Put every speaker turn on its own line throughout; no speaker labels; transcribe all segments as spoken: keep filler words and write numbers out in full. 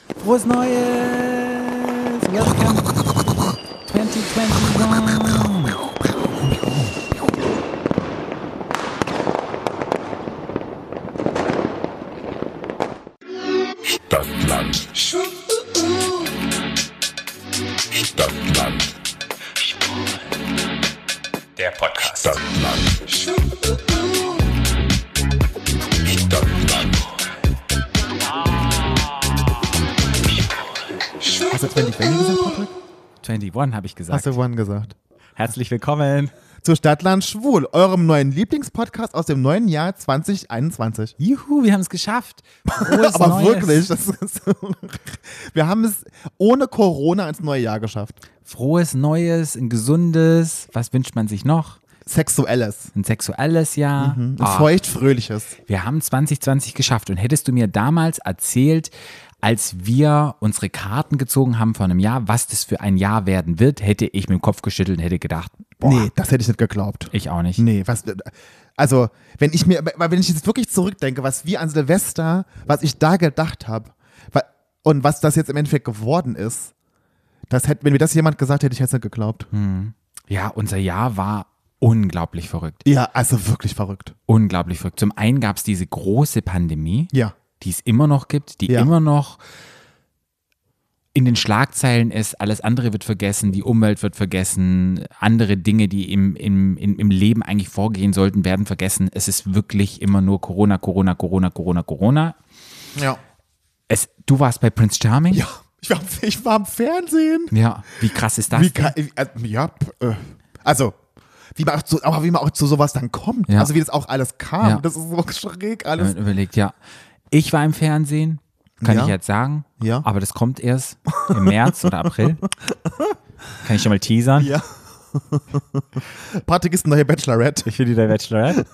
Frohes Neues! Welcome zwanzig einundzwanzig!
Stadtland. Stadtland.
Der Podcast.
Stadtland. Stadtland.
Hast du zwanzig gesagt, Patrick?
einundzwanzig habe ich gesagt.
Hast du One gesagt?
Herzlich willkommen
zu Stadtland Schwul, eurem neuen Lieblingspodcast aus dem neuen Jahr zwanzig einundzwanzig.
Juhu, wir haben es geschafft. Frohes
Aber
Neues.
wirklich, das ist, wir haben es ohne Corona ins neue Jahr geschafft.
Frohes Neues, ein gesundes, was wünscht man sich noch?
Sexuelles.
Ein sexuelles Jahr.
Mhm. Ein
Ah,
feucht-fröhliches.
wir haben zwanzig zwanzig geschafft. Und hättest du mir damals erzählt, als wir unsere Karten gezogen haben vor einem Jahr, was das für ein Jahr werden wird, hätte ich mit dem Kopf geschüttelt und hätte gedacht, boah,
Nee, das hätte ich nicht geglaubt.
ich auch nicht.
Nee, was, also, wenn ich mir, weil wenn ich jetzt wirklich zurückdenke, was wir an Silvester, was ich da gedacht habe, und was das jetzt im Endeffekt geworden ist, das hätte, wenn mir das jemand gesagt hätte, ich hätte es nicht geglaubt.
Hm. Ja, unser Jahr war unglaublich verrückt.
Ja, also wirklich verrückt.
Unglaublich verrückt. Zum einen gab es diese große Pandemie,
Ja.
die es immer noch gibt, die
Ja.
immer noch in den Schlagzeilen ist, alles andere wird vergessen, die Umwelt wird vergessen, andere Dinge, die im, im, im, im Leben eigentlich vorgehen sollten, werden vergessen. Es ist wirklich immer nur Corona, Corona, Corona, Corona, Corona.
Ja.
Es, du warst bei Prince Charming?
Ja, ich war, ich war im Fernsehen.
Ja, wie krass ist das
Wie
denn?
kann, äh, ja, äh, also, wie man auch zu, aber wie man auch zu sowas dann kommt.
Ja.
Also, wie das auch alles kam.
Ja.
Das ist so schräg
Wenn
alles.
man überlegt, ja. Ich war im Fernsehen, kann
Ja.
ich jetzt sagen,
Ja.
aber das kommt erst im März oder April. Kann ich schon mal teasern?
Ja. Patrick ist eine neue Bachelorette.
Ich bin die der Bachelorette.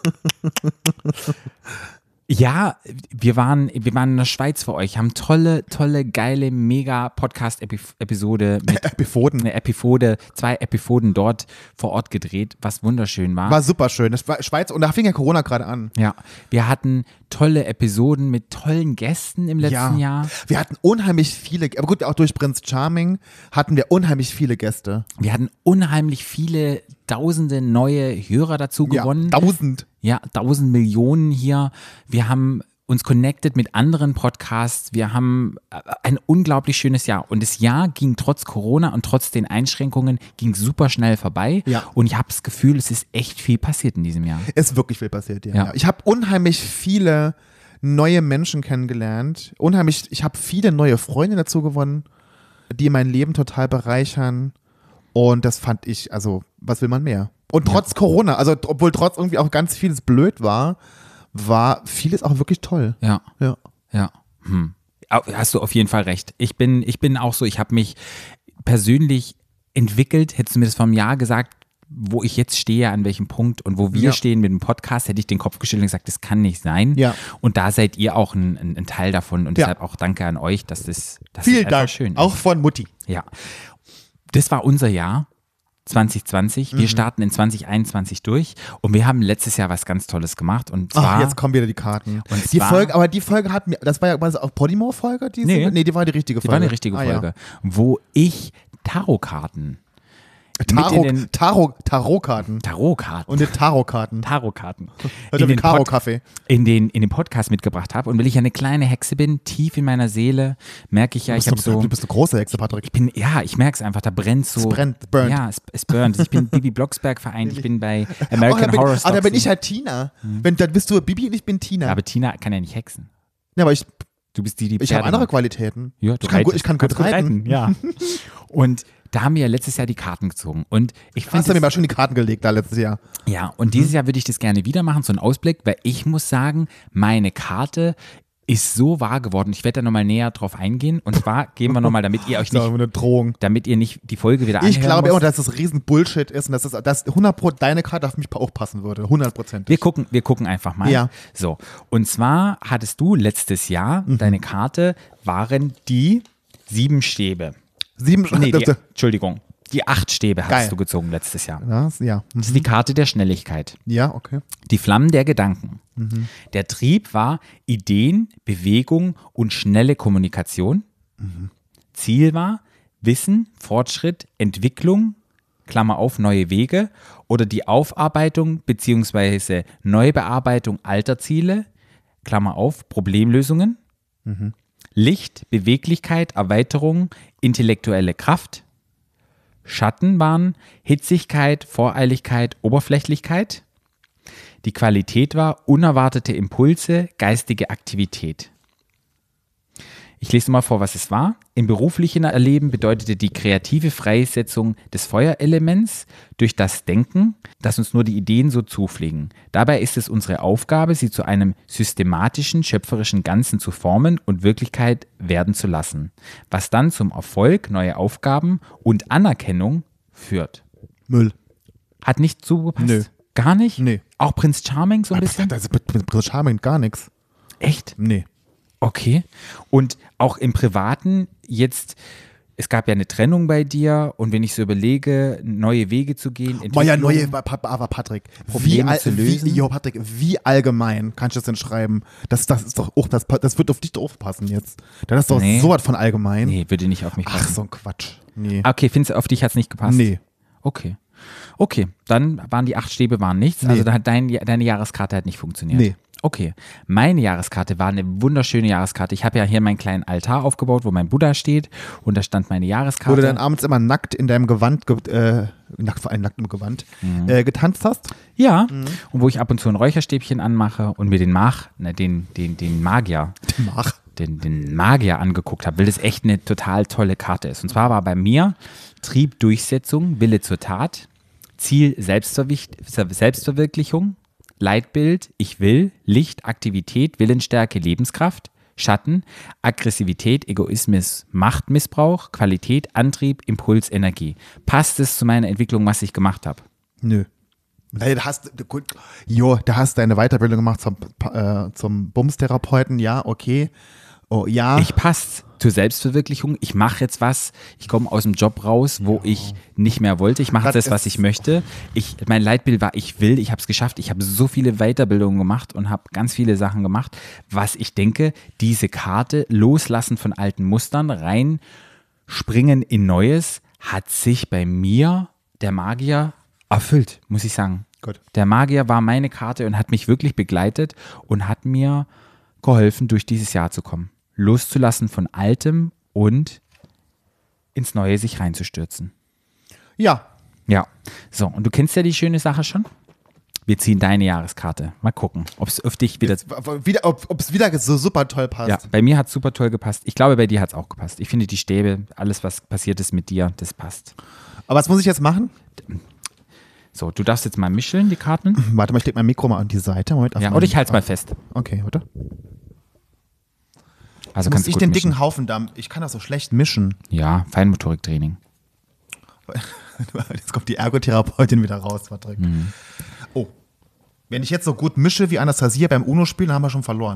Ja, wir waren, wir waren in der Schweiz für euch, haben tolle, tolle, geile, mega Podcast-Episode mit
Epifoden.
einer Epifode, zwei Epifoden dort vor Ort gedreht, was wunderschön war.
War super schön. Das war Schweiz, und da fing ja Corona gerade an.
Ja, wir hatten tolle Episoden mit tollen Gästen im letzten
ja.
Jahr.
Wir hatten unheimlich viele, aber gut, auch durch Prince Charming hatten wir unheimlich viele Gäste.
Wir hatten unheimlich viele tausende neue Hörer dazu gewonnen.
Ja, tausend.
Ja, tausend Millionen hier. Wir haben uns connected mit anderen Podcasts. Wir haben ein unglaublich schönes Jahr. Und das Jahr ging trotz Corona und trotz den Einschränkungen ging super schnell vorbei.
Ja.
Und ich habe das Gefühl, es ist echt viel passiert in diesem Jahr.
Ist wirklich viel passiert, ja.
Ja.
ja. Ich habe unheimlich viele neue Menschen kennengelernt. Unheimlich, ich habe viele neue Freunde dazu gewonnen, die mein Leben total bereichern. Und das fand ich, also, was will man mehr? Und trotz ja. Corona, also obwohl trotz irgendwie auch ganz vieles blöd war, war vieles auch wirklich toll.
Ja.
Ja.
Ja. Hm. Hast du auf jeden Fall recht. Ich bin, ich bin auch so, ich habe mich persönlich entwickelt, hättest du mir das vor einem Jahr gesagt, wo ich jetzt stehe, an welchem Punkt und wo wir
Ja.
stehen mit dem Podcast, hätte ich den Kopf geschüttelt und gesagt, das kann nicht sein.
Ja.
Und da seid ihr auch ein, ein, ein Teil davon und
Ja.
deshalb auch danke an euch, dass das, das
Vielen
einfach
Dank.
schön ist.
Auch von Mutti.
Ja. Das war unser Jahr. zwanzig zwanzig. Wir
Mhm.
starten in zwanzig einundzwanzig durch und wir haben letztes Jahr was ganz Tolles gemacht und zwar,
Ach, jetzt kommen wieder die Karten.
Und
Die
zwar-
Folge, aber die Folge hat mir, das war ja war das auch Podimo-Folge? Die
Nee.
nee, die war die richtige
die
Folge.
war eine richtige
Ah, ja.
Folge, wo ich Tarotkarten,
Tarot,
mit in den-
Tarot, Tarotkarten.
Tarotkarten,
Und die Tarotkarten.
Tarotkarten
Also
in
mit
den, Pod,
Karo-Kaffee.
in, den, in den Podcast mitgebracht habe und weil ich ja eine kleine Hexe bin, tief in meiner Seele, merke ich ja, ich
Du
habe
bist,
so,
du bist eine große Hexe, Patrick.
ich bin, ja, ich merke es einfach, da brennt so.
Es brennt, es burnt.
Ja, es, es burnt. Ich bin Bibi Blocksberg vereint, ich bin bei American
oh, da bin,
Horror
ah,
Story.
da bin ich halt Tina. Wenn, dann bist du Bibi und ich bin Tina.
Ja, aber Tina kann ja nicht hexen.
Ja, aber ich,
Du bist die, die
ich habe
Pferde
andere
macht.
Qualitäten.
Ja, du
ich, kann gut,
reitest.
ich kann
Kannst
gut reiten.
Ja. Und da haben wir ja letztes Jahr die Karten gezogen. Und ich
Hast du
finde
mir mal schon die Karten gelegt da letztes Jahr?
ja, und dieses Jahr würde ich das gerne wieder machen, so einen Ausblick, weil ich muss sagen, meine Karte ist so wahr geworden. Ich werde da nochmal näher drauf eingehen. Und zwar gehen wir nochmal, damit ihr euch
Das ist
nicht,
eine Drohung.
damit ihr nicht die Folge wieder
Ich
anhören
glaube immer,
müsst.
dass das riesen Bullshit ist und dass, das, dass hundert Prozent deine Karte auf mich auch passen würde. hundert Prozent.
Wir gucken, wir gucken einfach mal.
Ja.
So. Und zwar hattest du letztes Jahr,
Mhm.
deine Karte waren die sieben Stäbe.
Sieben
Nee, die, Entschuldigung. Die acht Stäbe
Geil.
hast du gezogen letztes Jahr.
Das, ja.
Das ist die Karte der Schnelligkeit.
Ja, okay.
Die Flammen der Gedanken.
Mhm.
Der Trieb war Ideen, Bewegung und schnelle Kommunikation. Ziel war Wissen, Fortschritt, Entwicklung, Klammer auf, neue Wege oder die Aufarbeitung bzw. Neubearbeitung alter Ziele, Klammer auf, Problemlösungen,
Mhm.
Licht, Beweglichkeit, Erweiterung, intellektuelle Kraft. Schatten waren Hitzigkeit, Voreiligkeit, Oberflächlichkeit. Die Qualität war unerwartete Impulse, geistige Aktivität. Ich lese mal vor, was es war. Im beruflichen Erleben bedeutete die kreative Freisetzung des Feuerelements durch das Denken, das uns nur die Ideen so zufliegen. Dabei ist es unsere Aufgabe, sie zu einem systematischen, schöpferischen Ganzen zu formen und Wirklichkeit werden zu lassen, was dann zum Erfolg, neue Aufgaben und Anerkennung führt.
Müll.
Hat nicht zugepasst?
Nö.
Gar nicht?
Nee.
Auch Prinz Charming so ein bisschen?
Das ist mit, mit Prinz Charming gar nichts.
Echt?
Nee.
Okay. Und auch im Privaten jetzt, es gab ja eine Trennung bei dir und wenn ich so überlege, neue Wege zu gehen,
Oh ja,
Entwicklung,
neue, aber Patrick, wie,
Probleme
all,
zu
wie,
lösen.
jo, Patrick, wie allgemein kannst du das denn schreiben? Das, das ist doch, auch, das, das wird auf dich doch aufpassen jetzt. Das ist doch
Nee.
so was von allgemein.
Nee, würde nicht auf mich
Ach,
passen.
so ein Quatsch. Nee.
Okay, findest du, auf dich hat es nicht gepasst?
Nee.
Okay. Okay, dann waren die acht Stäbe waren nichts,
Nee.
also dann hat dein, deine Jahreskarte halt nicht funktioniert.
Nee.
Okay, meine Jahreskarte war eine wunderschöne Jahreskarte. Ich habe ja hier meinen kleinen Altar aufgebaut, wo mein Buddha steht und da stand meine Jahreskarte.
Wo du dann abends immer nackt in deinem Gewand, ge- äh, nackt, vor allem nackt im Gewand,
Mhm.
äh, getanzt hast?
Ja, und wo ich ab und zu ein Räucherstäbchen anmache und mir den Mach, ne, den, den, den Magier,
Mach.
den, den Magier angeguckt habe, weil das echt eine total tolle Karte ist. Und zwar war bei mir Trieb, Durchsetzung, Wille zur Tat, Ziel, Selbstverwicht- Selbstverwirklichung, Leitbild, ich will, Licht, Aktivität, Willensstärke, Lebenskraft, Schatten, Aggressivität, Egoismus, Machtmissbrauch, Qualität, Antrieb, Impuls, Energie. Passt es zu meiner Entwicklung, was ich gemacht habe?
Nö. Naja, da hast du, gut, jo, da hast du deine Weiterbildung gemacht zum, äh, zum Bumstherapeuten, ja, okay. Oh, ja.
Ich passe zur Selbstverwirklichung. Ich mache jetzt was. Ich komme aus dem Job raus, wo ich nicht mehr wollte. Ich mache
Das
jetzt das, was
ist-
ich möchte. Ich, mein Leitbild war, ich will, ich habe es geschafft. Ich habe so viele Weiterbildungen gemacht und habe ganz viele Sachen gemacht, was ich denke, diese Karte, loslassen von alten Mustern, reinspringen in Neues, hat sich bei mir, der Magier, erfüllt, muss ich sagen.
Gut.
Der Magier war meine Karte und hat mich wirklich begleitet und hat mir geholfen, durch dieses Jahr zu kommen. Loszulassen von Altem und ins Neue sich reinzustürzen.
Ja.
Ja, so, und du kennst ja die schöne Sache schon. Wir ziehen deine Jahreskarte. Mal gucken, ob es auf dich wieder...
wieder ob es wieder so super toll passt.
Ja, bei mir hat es super toll gepasst. Ich glaube, bei dir hat es auch gepasst. Ich finde die Stäbe, alles, was passiert ist mit dir, das passt.
Aber was muss ich jetzt machen?
So, du darfst jetzt mal mischeln, die Karten.
Warte mal, ich leg mein Mikro mal an die Seite. Moment, auf
Ja,
meinen-
oder ich halte es mal fest.
Okay, warte.
Also
Muss
kannst du
ich
gut
den
mischen.
dicken Haufen da, ich kann das so schlecht mischen.
Ja, Feinmotoriktraining.
Jetzt kommt die Ergotherapeutin wieder raus, Patrick.
Mhm.
Oh, wenn ich jetzt so gut mische wie Anastasia beim Uno-Spiel, dann haben wir schon verloren.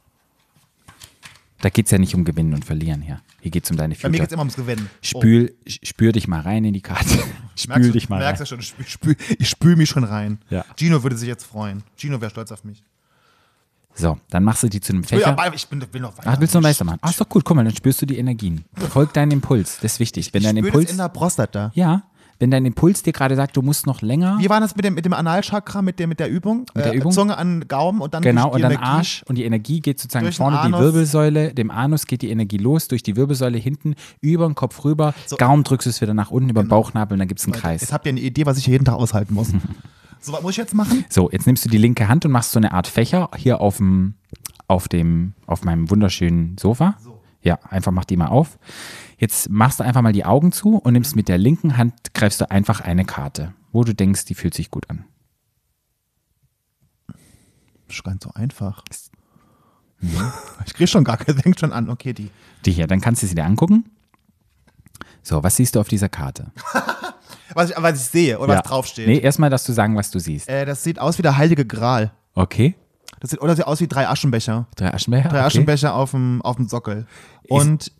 Da geht es ja nicht um Gewinnen und Verlieren hier. Hier geht es um deine
Bei mir
Future.
geht es immer ums Gewinnen.
Spül, spür dich mal rein in die Karte. Spül
Merkst du-
dich mal
merkst
rein.
du schon, ich spül, spül, ich spül mich schon rein.
Ja.
Gino würde sich jetzt freuen. Gino wäre stolz auf mich.
So, dann machst du die zu einem
Ja,
Fächer.
aber ich bin, will noch weiter.
Ach, willst du noch weitermachen? Ach, ist doch cool. Guck mal, dann spürst du die Energien. Folg deinem Impuls. Das ist wichtig. Wenn
Ich
dein
spür das
Impuls,
in der Prostata.
ja, wenn dein Impuls dir gerade sagt, du musst noch länger,
Wie war das mit dem, mit dem Analchakra, mit der, mit der Übung?
Mit der Übung?
Zunge an Gaumen und dann
genau,
durch
und
die
dann
Energie.
Arsch und die Energie geht sozusagen
Durch den
vorne die
Anus.
Wirbelsäule, dem Anus geht die Energie los, durch die Wirbelsäule hinten, über den Kopf rüber,
So.
Gaumen drückst du es wieder nach unten, über den Bauchnabel und dann gibt es einen Kreis.
Jetzt habt ihr eine Idee, was ich hier jeden Tag aushalten muss. So, was muss ich jetzt machen?
So, jetzt nimmst du die linke Hand und machst so eine Art Fächer hier auf dem, auf dem, auf meinem wunderschönen Sofa. Ja, einfach mach die mal auf. Jetzt machst du einfach mal die Augen zu und nimmst mit der linken Hand, greifst du einfach eine Karte, wo du denkst, die fühlt sich gut an.
Scheint so einfach. Ich krieg schon gar keinen, fängt schon an. Okay, die.
Die hier, dann kannst du sie dir angucken. So, was siehst du auf dieser Karte?
Was ich, was ich sehe oder
Ja.
was draufsteht.
Nee, erstmal, dass du sagen, was du siehst.
Äh, das sieht aus wie der Heilige Gral.
Okay.
Das sieht, oder sieht aus wie drei Aschenbecher.
Drei Aschenbecher?
Drei
okay.
Aschenbecher auf dem, auf dem Sockel. Und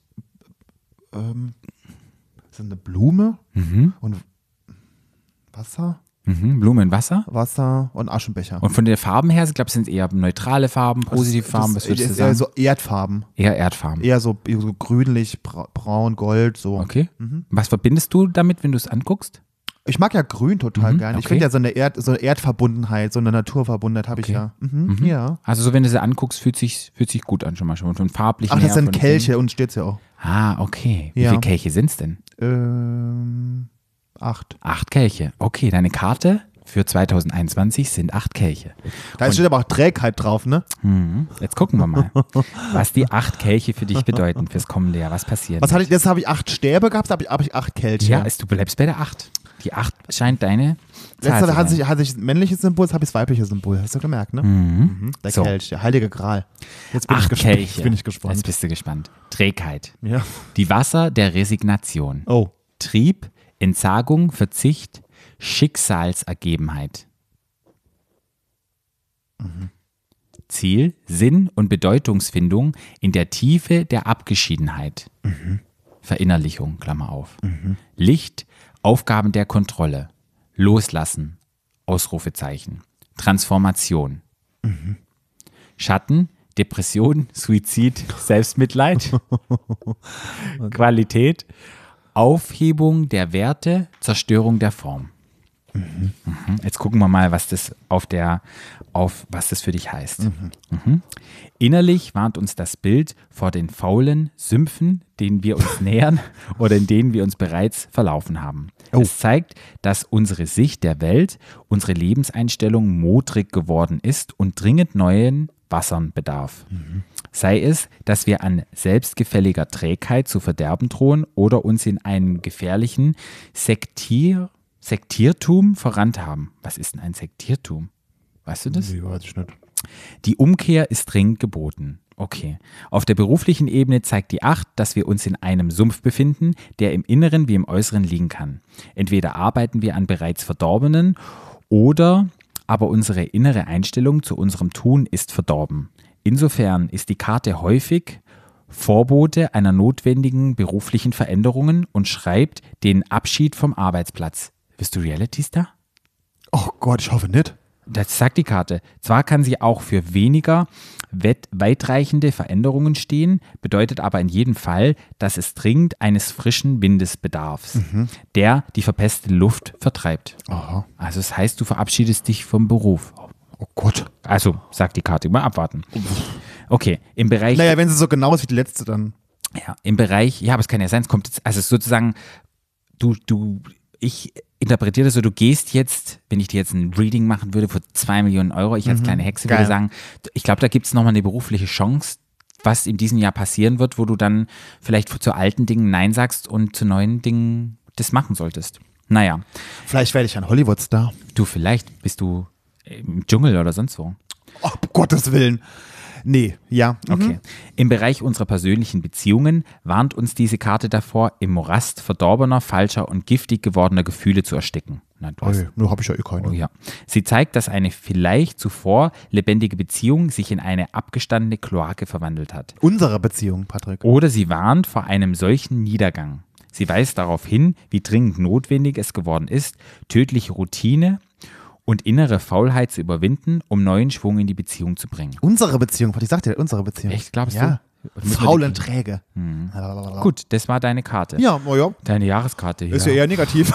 ähm, ist das eine Blume
Mhm.
und Wasser?
Mhm. Blumen, Wasser.
Wasser und Aschenbecher.
Und von den Farben her, ich glaube, sind es eher neutrale Farben, positive
Das-
Farben,
das
was würdest du
ist
sagen?
eher so Erdfarben.
Eher Erdfarben.
Eher so, so grünlich, bra braun, gold, so.
Okay.
Mhm.
Was verbindest du damit, wenn du es anguckst?
Ich mag ja grün total
Mhm,
gerne. Ich
okay.
finde ja so eine, Erd, so eine Erdverbundenheit, so eine Naturverbundenheit habe ich
Okay.
ja. Mhm,
Mhm.
Ja.
Also so, wenn du sie anguckst, fühlt sich, fühlt sich gut an schon mal schon von farblichen
Ach, das
her,
sind
von den
Kelche
Dingen.
und steht's ja auch.
Ah, okay. Wie
Ja.
viele Kelche sind es denn?
Ähm, acht.
Acht Kelche. Okay, deine Karte für zwanzig einundzwanzig sind acht Kelche.
Da steht aber auch Trägheit drauf, ne?
Mhm. Jetzt gucken wir mal, was die acht Kelche für dich bedeuten fürs kommende Jahr. Was passiert?
Was hatte ich, jetzt habe ich acht Stäbe gehabt, da habe ich, hab ich acht Kelche.
Ja, es, du bleibst bei der acht. Die acht scheint deine Zahl
Letzter
zu
hatte
sein.
ich, hatte ich das männliche Symbol, jetzt habe ich das weibliche Symbol. Hast du gemerkt, ne?
Mhm.
Mhm. Der
So.
Kelch, der heilige Gral. Jetzt bin ich
Acht
gespannt.
Kelche.
Jetzt bin ich
Jetzt
gespannt.
bist du gespannt. Trägheit.
Ja.
Die Wasser der Resignation.
Oh.
Trieb, Entsagung, Verzicht, Schicksalsergebenheit. Ziel, Sinn und Bedeutungsfindung in der Tiefe der Abgeschiedenheit. Verinnerlichung, Klammer auf. Licht, Aufgaben der Kontrolle. Loslassen, Ausrufezeichen. Transformation. Schatten, Depression, Suizid, Selbstmitleid. Qualität, Aufhebung der Werte, Zerstörung der Form. Mhm. Jetzt gucken wir mal, was das auf der, auf was das für dich heißt. Mhm. Innerlich warnt uns das Bild vor den faulen Sümpfen, denen wir uns nähern oder in denen wir uns bereits verlaufen haben.
Oh.
Es zeigt, dass unsere Sicht der Welt, unsere Lebenseinstellung modrig geworden ist und dringend neuen Wassern bedarf.
Mhm.
Sei es, dass wir an selbstgefälliger Trägheit zu verderben drohen oder uns in einem gefährlichen Sektier, Sektiertum verrannt haben. Was ist denn ein Sektiertum? Weißt du das?
Nee, weiß ich nicht.
Die Umkehr ist dringend geboten. Okay. Auf der beruflichen Ebene zeigt die acht, dass wir uns in einem Sumpf befinden, der im Inneren wie im Äußeren liegen kann. Entweder arbeiten wir an bereits Verdorbenen oder aber unsere innere Einstellung zu unserem Tun ist verdorben. Insofern ist die Karte häufig Vorbote einer notwendigen beruflichen Veränderungen und schreibt den Abschied vom Arbeitsplatz. Bist du Reality-Star?
Oh Gott, ich hoffe nicht.
Das sagt die Karte. Zwar kann sie auch für weniger weit- weitreichende Veränderungen stehen, bedeutet aber in jedem Fall, dass es dringend eines frischen Windes bedarf, der die verpestete Luft vertreibt.
Aha.
Also das heißt, du verabschiedest dich vom Beruf.
Oh Gott.
Also, sagt die Karte, mal abwarten. Okay, im Bereich,
Naja, wenn sie so genau ist wie die letzte, dann.
ja, im Bereich, ja, aber es kann ja sein, es kommt jetzt, also es ist sozusagen, du, du, ich interpretiere das so, du gehst jetzt, wenn ich dir jetzt ein Reading machen würde für zwei Millionen Euro, ich als kleine Hexe würde
Geil.
sagen, ich glaube, da gibt es nochmal eine berufliche Chance, was in diesem Jahr passieren wird, wo du dann vielleicht zu alten Dingen Nein sagst und zu neuen Dingen das machen solltest. Naja,
Vielleicht werde ich ein Hollywood-Star.
du, vielleicht bist du im Dschungel oder sonst wo.
Oh, um Gottes Willen. Nee, ja. Mhm.
Okay. Im Bereich unserer persönlichen Beziehungen warnt uns diese Karte davor, im Morast verdorbener, falscher und giftig gewordener Gefühle zu ersticken. Na, du hast,
Okay, nur habe ich ja eh keine.
oh ja. Sie zeigt, dass eine vielleicht zuvor lebendige Beziehung sich in eine abgestandene Kloake verwandelt hat.
Unsere Beziehung, Patrick.
Oder sie warnt vor einem solchen Niedergang. Sie weist darauf hin, wie dringend notwendig es geworden ist, tödliche Routine und innere Faulheit zu überwinden, um neuen Schwung in die Beziehung zu bringen.
Unsere Beziehung, ich sagte ja, unsere Beziehung.
Echt, glaubst
ja.
du?
Faul und träge.
Gut, das war deine Karte.
Ja, oh ja.
Deine Jahreskarte hier.
Ist ja eher negativ.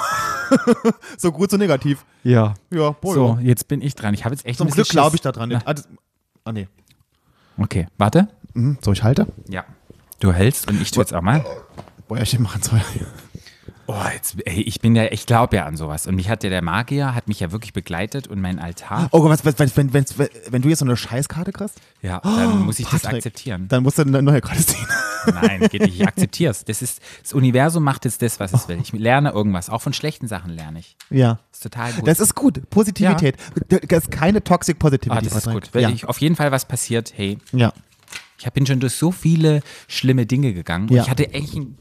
So gut, so negativ.
Ja.
Ja, boah,
So,
ja.
jetzt bin ich dran. Ich habe jetzt echt
Zum
ein bisschen
Glück glaube
Schiss.
ich da dran nicht. Ah, das, ah, nee.
Okay, warte.
Mhm, so, ich halte.
Ja. Du hältst und ich tue jetzt auch mal.
Boah, ja, ich machen soll.
Oh, jetzt, ey, ich bin ja, ich glaube ja an sowas. Und mich hat ja der Magier, hat mich ja wirklich begleitet und mein Altar.
Oh Gott, was, was, wenn, wenn, wenn, wenn du jetzt so eine Scheißkarte kriegst,
Ja, dann muss ich das
Patrick,
akzeptieren.
dann musst du eine neue Karte ziehen.
Nein, geht nicht. Ich akzeptiere es. Das ist, das Universum macht jetzt das, was es will. Ich lerne irgendwas. Auch von schlechten Sachen lerne ich.
Ja.
Das ist total gut.
Das ist gut. Positivität. Das ist keine Toxic Positivity.
ah, das ist
Patrick.
gut. Wenn
Ja.
ich auf jeden Fall was passiert, hey,
ja.
Ich bin schon durch so viele schlimme Dinge gegangen.
Ja.
Und ich hatte echt ein,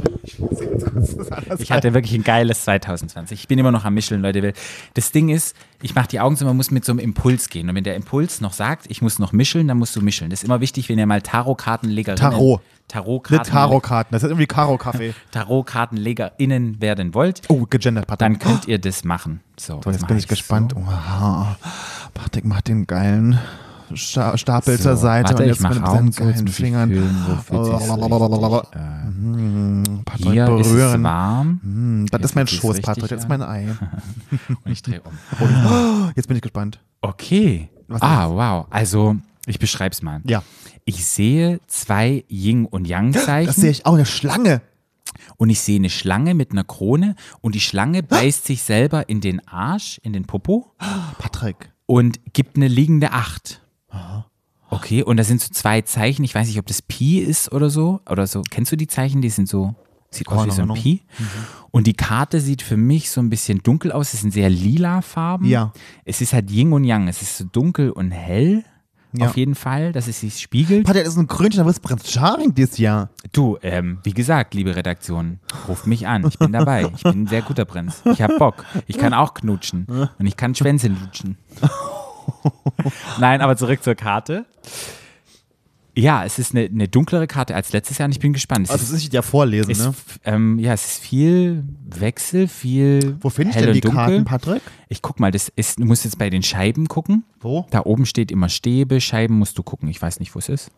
ich hatte wirklich ein geiles zwanzig zwanzig. Ich bin immer noch am Mischeln, Leute. Weil das Ding ist, ich mache die Augen zu, man muss mit so einem Impuls gehen. Und wenn der Impuls noch sagt, ich muss noch mischeln, dann musst du mischeln. Das ist immer wichtig, wenn ihr mal Tarotkartenlegerinnen...
Tarot.
Tarotkarten,
Nicht Tarotkarten, das ist irgendwie Karo-Kaffee.
Tarotkartenlegerinnen werden wollt,
Oh, gegendert, Patrick.
dann könnt ihr das machen. So,
So,
das
jetzt
mach
bin ich gespannt.
So.
Oha. Patrick macht den geilen Sta Stapel
So,
zur Seite
warte,
und
ich
jetzt
mach
mit
Augen
seinen
zu, jetzt
geilen
muss ich
Fingern.
fühlen, wo fühlt sich's richtig, äh,
Mm, Patrick
Hier ist es
berühren.
warm
Mm, das
Hier
ist mein
fühlt sich's
Schoß,
richtig
Patrick, das ist
an.
mein Ei.
und ich drehe um.
Oh, jetzt bin ich gespannt.
Okay.
Was
Ah, wow. Also, ich beschreib's mal.
Ja.
Ich sehe zwei Yin- und Yang-Zeichen
Das sehe ich auch, eine Schlange.
und ich sehe eine Schlange mit einer Krone und die Schlange beißt sich selber in den Arsch, in den Popo
Patrick.
und gibt eine liegende Acht. Okay, und da sind so zwei Zeichen. Ich weiß nicht, ob das Pi ist oder so. Oder so. Kennst du die Zeichen? Die sind so, sieht aus wie so ein
Ahnung.
Pi. Und die Karte sieht für mich so ein bisschen dunkel aus. Es sind sehr lila Farben.
Ja.
Es ist halt Yin und Yang. Es ist so dunkel und hell.
Ja.
Auf jeden Fall, dass es sich spiegelt.
Patrick, das ist ein Krönchen, da wird Prinz Charming dieses Jahr.
Du, ähm, wie gesagt, liebe Redaktion, ruft mich an. Ich bin dabei. Ich bin ein sehr guter Prinz. Ich hab Bock. Ich kann auch knutschen. Und ich kann Schwänze lutschen. Nein, aber zurück zur Karte. Ja, es ist eine, eine dunklere Karte als letztes Jahr und ich bin gespannt. Es
Also,
ist,
das ist nicht ja vorlesen,
ist,
ne?
ähm, ja, es ist viel Wechsel, viel
Wo finde ich
hell
denn die
und dunkel.
Karten, Patrick?
Ich guck mal, das ist, du musst jetzt bei den Scheiben gucken.
Wo?
Da oben steht immer Stäbe, Scheiben musst du gucken. Ich weiß nicht, wo es ist.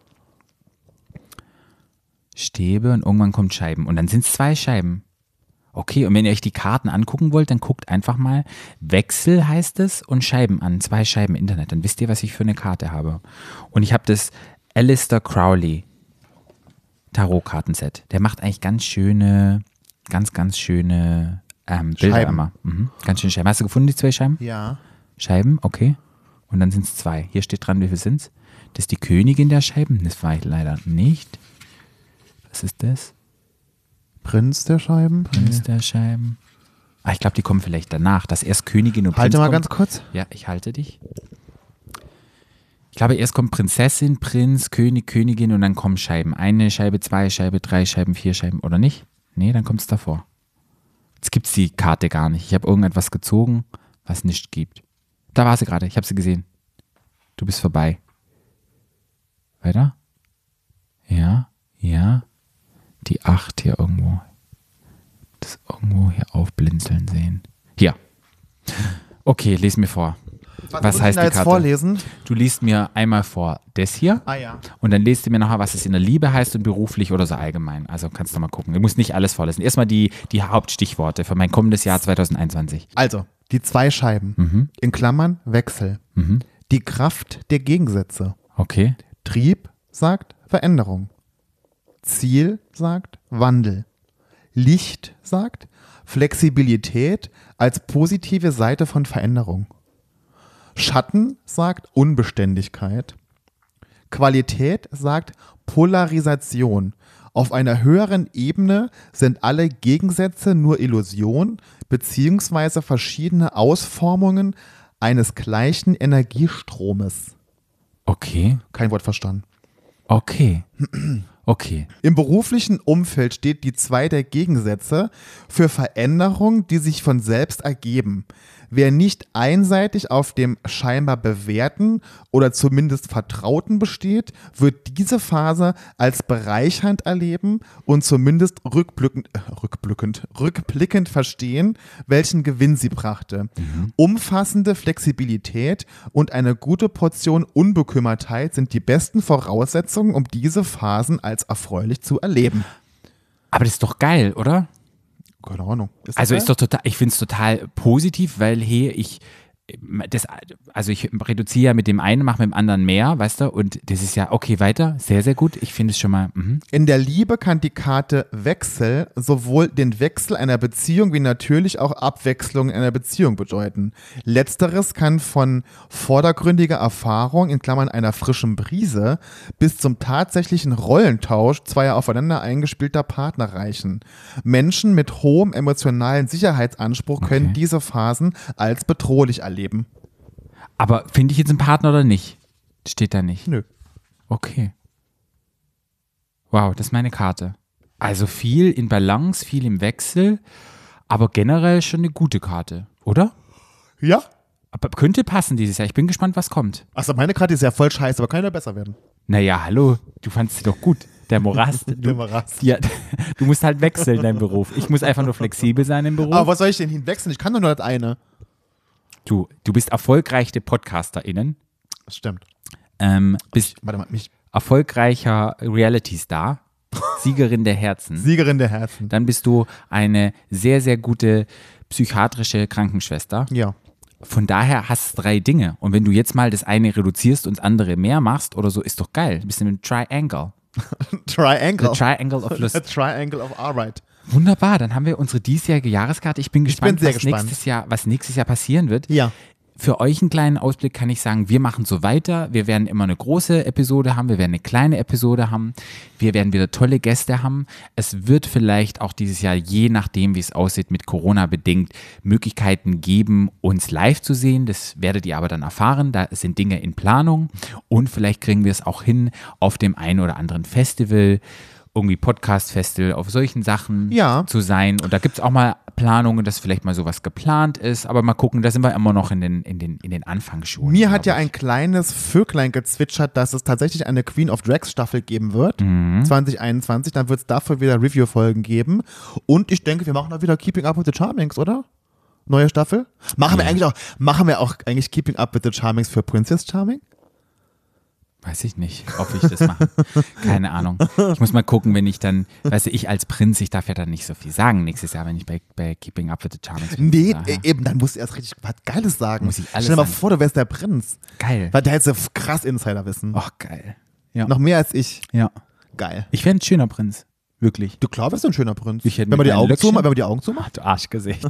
Stäbe und irgendwann kommt Scheiben. Und dann sind es zwei Scheiben. Okay, und wenn ihr euch die Karten angucken wollt, dann guckt einfach mal Wechsel heißt es und Scheiben an. Zwei Scheiben im Internet. Dann wisst ihr, was ich für eine Karte habe. Und ich habe das Aleister Crowley Tarotkartenset. Der macht eigentlich ganz schöne, ganz, ganz schöne ähm, Bilder
Scheiben.
immer. Mhm. Ganz schöne Scheiben. Hast du gefunden, die zwei Scheiben?
Ja.
Scheiben, okay. Und dann sind es zwei. Hier steht dran, wie viel sind es? Das ist die Königin der Scheiben. Das war ich leider nicht. Was ist das?
Prinz der Scheiben?
Prinz der Scheiben. Ah, ich glaube, die kommen vielleicht danach. Dass erst Königin und Prinz
Halte mal
kommt.
ganz kurz.
Ja, ich halte dich. Ich glaube, erst kommt Prinzessin, Prinz, König, Königin und dann kommen Scheiben. Eine Scheibe, zwei Scheibe, drei Scheiben, vier Scheiben oder nicht? Nee, dann kommt es davor. Jetzt gibt es die Karte gar nicht. Ich habe irgendetwas gezogen, was nicht gibt. Da war sie gerade, ich habe sie gesehen. Du bist vorbei. Weiter? Ja, ja. Die acht hier irgendwo. Das irgendwo hier aufblinzeln sehen. Hier. Okay, les mir vor. Was heißt
da
die
jetzt
Karte?
vorlesen?
Du liest mir einmal vor das hier
Ah ja.
und dann lest du mir nachher, was es in der Liebe heißt und beruflich oder so allgemein. Also kannst du mal gucken. Du musst nicht alles vorlesen. Erstmal die, die Hauptstichworte für mein kommendes Jahr zwanzig einundzwanzig.
Also, die zwei Scheiben.
Mhm.
In Klammern Wechsel.
Mhm.
Die Kraft der Gegensätze.
Okay.
Trieb sagt Veränderung. Ziel sagt Wandel. Licht sagt Flexibilität als positive Seite von Veränderung. Schatten sagt Unbeständigkeit. Qualität sagt Polarisation. Auf einer höheren Ebene sind alle Gegensätze nur Illusion beziehungsweise verschiedene Ausformungen eines gleichen Energiestromes.
Okay.
Kein Wort verstanden.
Okay. Okay.
Im beruflichen Umfeld steht die zwei der Gegensätze für Veränderungen, die sich von selbst ergeben. Wer nicht einseitig auf dem scheinbar Bewährten oder zumindest Vertrauten besteht, wird diese Phase als bereichernd erleben und zumindest rückblickend, äh, rückblickend, rückblickend verstehen, welchen Gewinn sie brachte. Mhm. Umfassende Flexibilität und eine gute Portion Unbekümmertheit sind die besten Voraussetzungen, um diese Phasen als erfreulich zu erleben.
Aber das ist doch geil, oder?
Keine Ahnung. Ist
Also
das
ist doch total, ich finde es total positiv, weil hey, ich das, also ich reduziere ja mit dem einen, mache mit dem anderen mehr, weißt du, und das ist ja, okay, weiter, sehr, sehr gut, ich finde es schon mal, mhm.
In der Liebe kann die Karte Wechsel sowohl den Wechsel einer Beziehung wie natürlich auch Abwechslung in einer Beziehung bedeuten. Letzteres kann von vordergründiger Erfahrung, in Klammern einer frischen Brise, bis zum tatsächlichen Rollentausch zweier aufeinander eingespielter Partner reichen. Menschen mit hohem emotionalen Sicherheitsanspruch können
Okay.
diese Phasen als bedrohlich erleben. Leben.
Aber finde ich jetzt einen Partner oder nicht? Steht da nicht.
Nö.
Okay. Wow, das ist meine Karte. Also viel in Balance, viel im Wechsel, aber generell schon eine gute Karte, oder?
Ja.
Aber könnte passen dieses Jahr. Ich bin gespannt, was kommt.
Achso, meine Karte ist ja voll scheiße, aber kann ja besser werden.
Naja, hallo, du fandst sie doch gut. Der Morast. Du,
Der Morast.
Ja, du musst halt wechseln, deinen Beruf. Ich muss einfach nur flexibel sein im Beruf.
Aber was soll ich denn hinwechseln? Ich kann doch nur das eine.
Du, du bist erfolgreiche PodcasterInnen,
Das stimmt.
ähm, bist
Warte mal, mich.
erfolgreicher Reality-Star, Siegerin der Herzen.
Siegerin der Herzen.
Dann bist du eine sehr, sehr gute psychiatrische Krankenschwester.
Ja.
Von daher hast du drei Dinge. Und wenn du jetzt mal das eine reduzierst und das andere mehr machst oder so, ist doch geil. Du bist in einem Triangle.
Triangle.
The Triangle of Lust.
A Triangle of Arbeit.
Wunderbar, dann haben wir unsere diesjährige Jahreskarte. Ich bin gespannt,
bin sehr
was,
gespannt.
Nächstes Jahr, was nächstes Jahr passieren wird.
Ja.
Für euch einen kleinen Ausblick kann ich sagen, wir machen so weiter. Wir werden immer eine große Episode haben, wir werden eine kleine Episode haben. Wir werden wieder tolle Gäste haben. Es wird vielleicht auch dieses Jahr, je nachdem, wie es aussieht, mit Corona bedingt, Möglichkeiten geben, uns live zu sehen. Das werdet ihr aber dann erfahren. Da sind Dinge in Planung. Und vielleicht kriegen wir es auch hin, auf dem einen oder anderen Festival, irgendwie Podcast-Festival, auf solchen Sachen
Ja.
zu sein. Und da gibt es auch mal Planungen, dass vielleicht mal sowas geplant ist. Aber mal gucken, da sind wir immer noch in den, in den, in den Anfangsschuhen.
Mir hat
glaub
ja
ich.
ein kleines Vöglein gezwitschert, dass es tatsächlich eine Queen of Drags Staffel geben wird.
Mhm.
zwanzig einundzwanzig. Dann wird es dafür wieder Review-Folgen geben. Und ich denke, wir machen auch wieder Keeping Up with the Charmings, oder? Neue Staffel? Machen wir
Ja.
eigentlich auch, machen wir auch eigentlich Keeping Up with the Charmings für Princess Charming?
Weiß ich nicht, ob ich das mache. Keine Ahnung. Ich muss mal gucken, wenn ich dann, weißt du, ich als Prinz, ich darf ja dann nicht so viel sagen nächstes Jahr, wenn ich bei, bei Keeping Up with the Charmings bin.
Nee,
Daher.
äh, eben, dann musst du erst richtig was Geiles sagen.
Muss ich alles
Stell dir mal
sagen.
vor, du wärst der Prinz.
Geil.
Weil da hättest du krass Insiderwissen.
Ach, geil. Ja.
Noch mehr als ich.
ja.
Geil.
Ich wäre ein schöner Prinz. Wirklich.
Du glaubst, du bist ein schöner Prinz.
Ich hätte
wenn, man
mit
die
meinen
Augen
Löckchen-
zumacht, wenn man die Augen zumacht.
Ach, du Arschgesicht.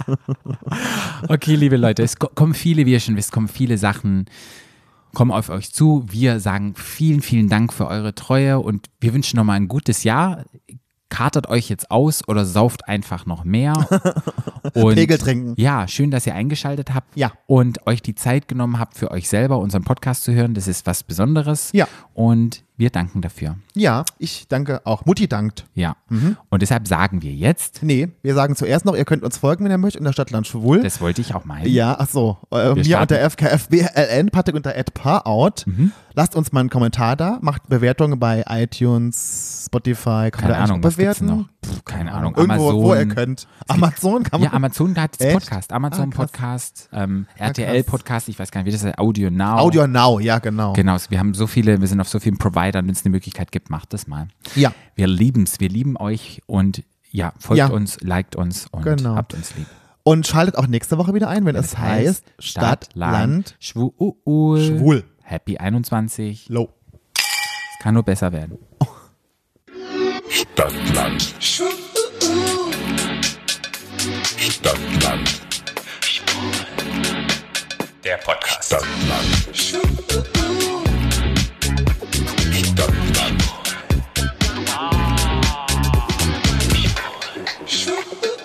Okay, liebe Leute, es ko- kommen viele, wie ihr schon wisst, kommen viele Sachen, kommen auf euch zu. Wir sagen vielen, vielen Dank für eure Treue und wir wünschen nochmal ein gutes Jahr. Katert euch jetzt aus oder sauft einfach noch mehr. Und
Pegel trinken.
Ja, schön, dass ihr eingeschaltet habt
Ja.
und euch die Zeit genommen habt, für euch selber unseren Podcast zu hören. Das ist was Besonderes.
Ja.
Und wir danken dafür.
Ja, ich danke auch. Mutti dankt.
Ja. Und deshalb sagen wir jetzt,
Nee, wir sagen zuerst noch, ihr könnt uns folgen, wenn ihr möchtet, unter Stadtland Schwul.
das wollte ich auch meinen.
Ja, ach so. Äh,
Wir
mir
starten.
unter F K F B L N, Patrick unter @parout.
Mhm.
Lasst uns mal einen Kommentar da, macht Bewertungen bei iTunes, Spotify, kann man
Keine
da eigentlich
Ahnung,
auch
was gibt's
bewerten?
noch? Pff, keine Ahnung.
Irgendwo,
Amazon.
wo ihr könnt. Amazon kann man.
Ja, Amazon hat jetzt
Echt?
Podcast. Amazon
Ah, krass.
Podcast, ähm,
Ah,
R T L Podcast, ich weiß gar nicht, wie das heißt, Audio Now.
Audio Now, ja, genau.
Genau, wir haben so viele, wir sind auf so vielen Providern, wenn es eine Möglichkeit gibt, macht das mal.
Ja,
Wir lieben's, wir lieben euch und ja, folgt
Ja.
uns, liked uns und
Genau.
habt uns lieb.
und schaltet auch nächste Woche wieder ein, wenn es heißt Stadt, Land,
Schwul.
Schwul.
Happy einundzwanzig.
Low.
Es kann nur besser werden.
Stadtland. Stadtland.
Der Podcast.
Stadtland. Stadtland.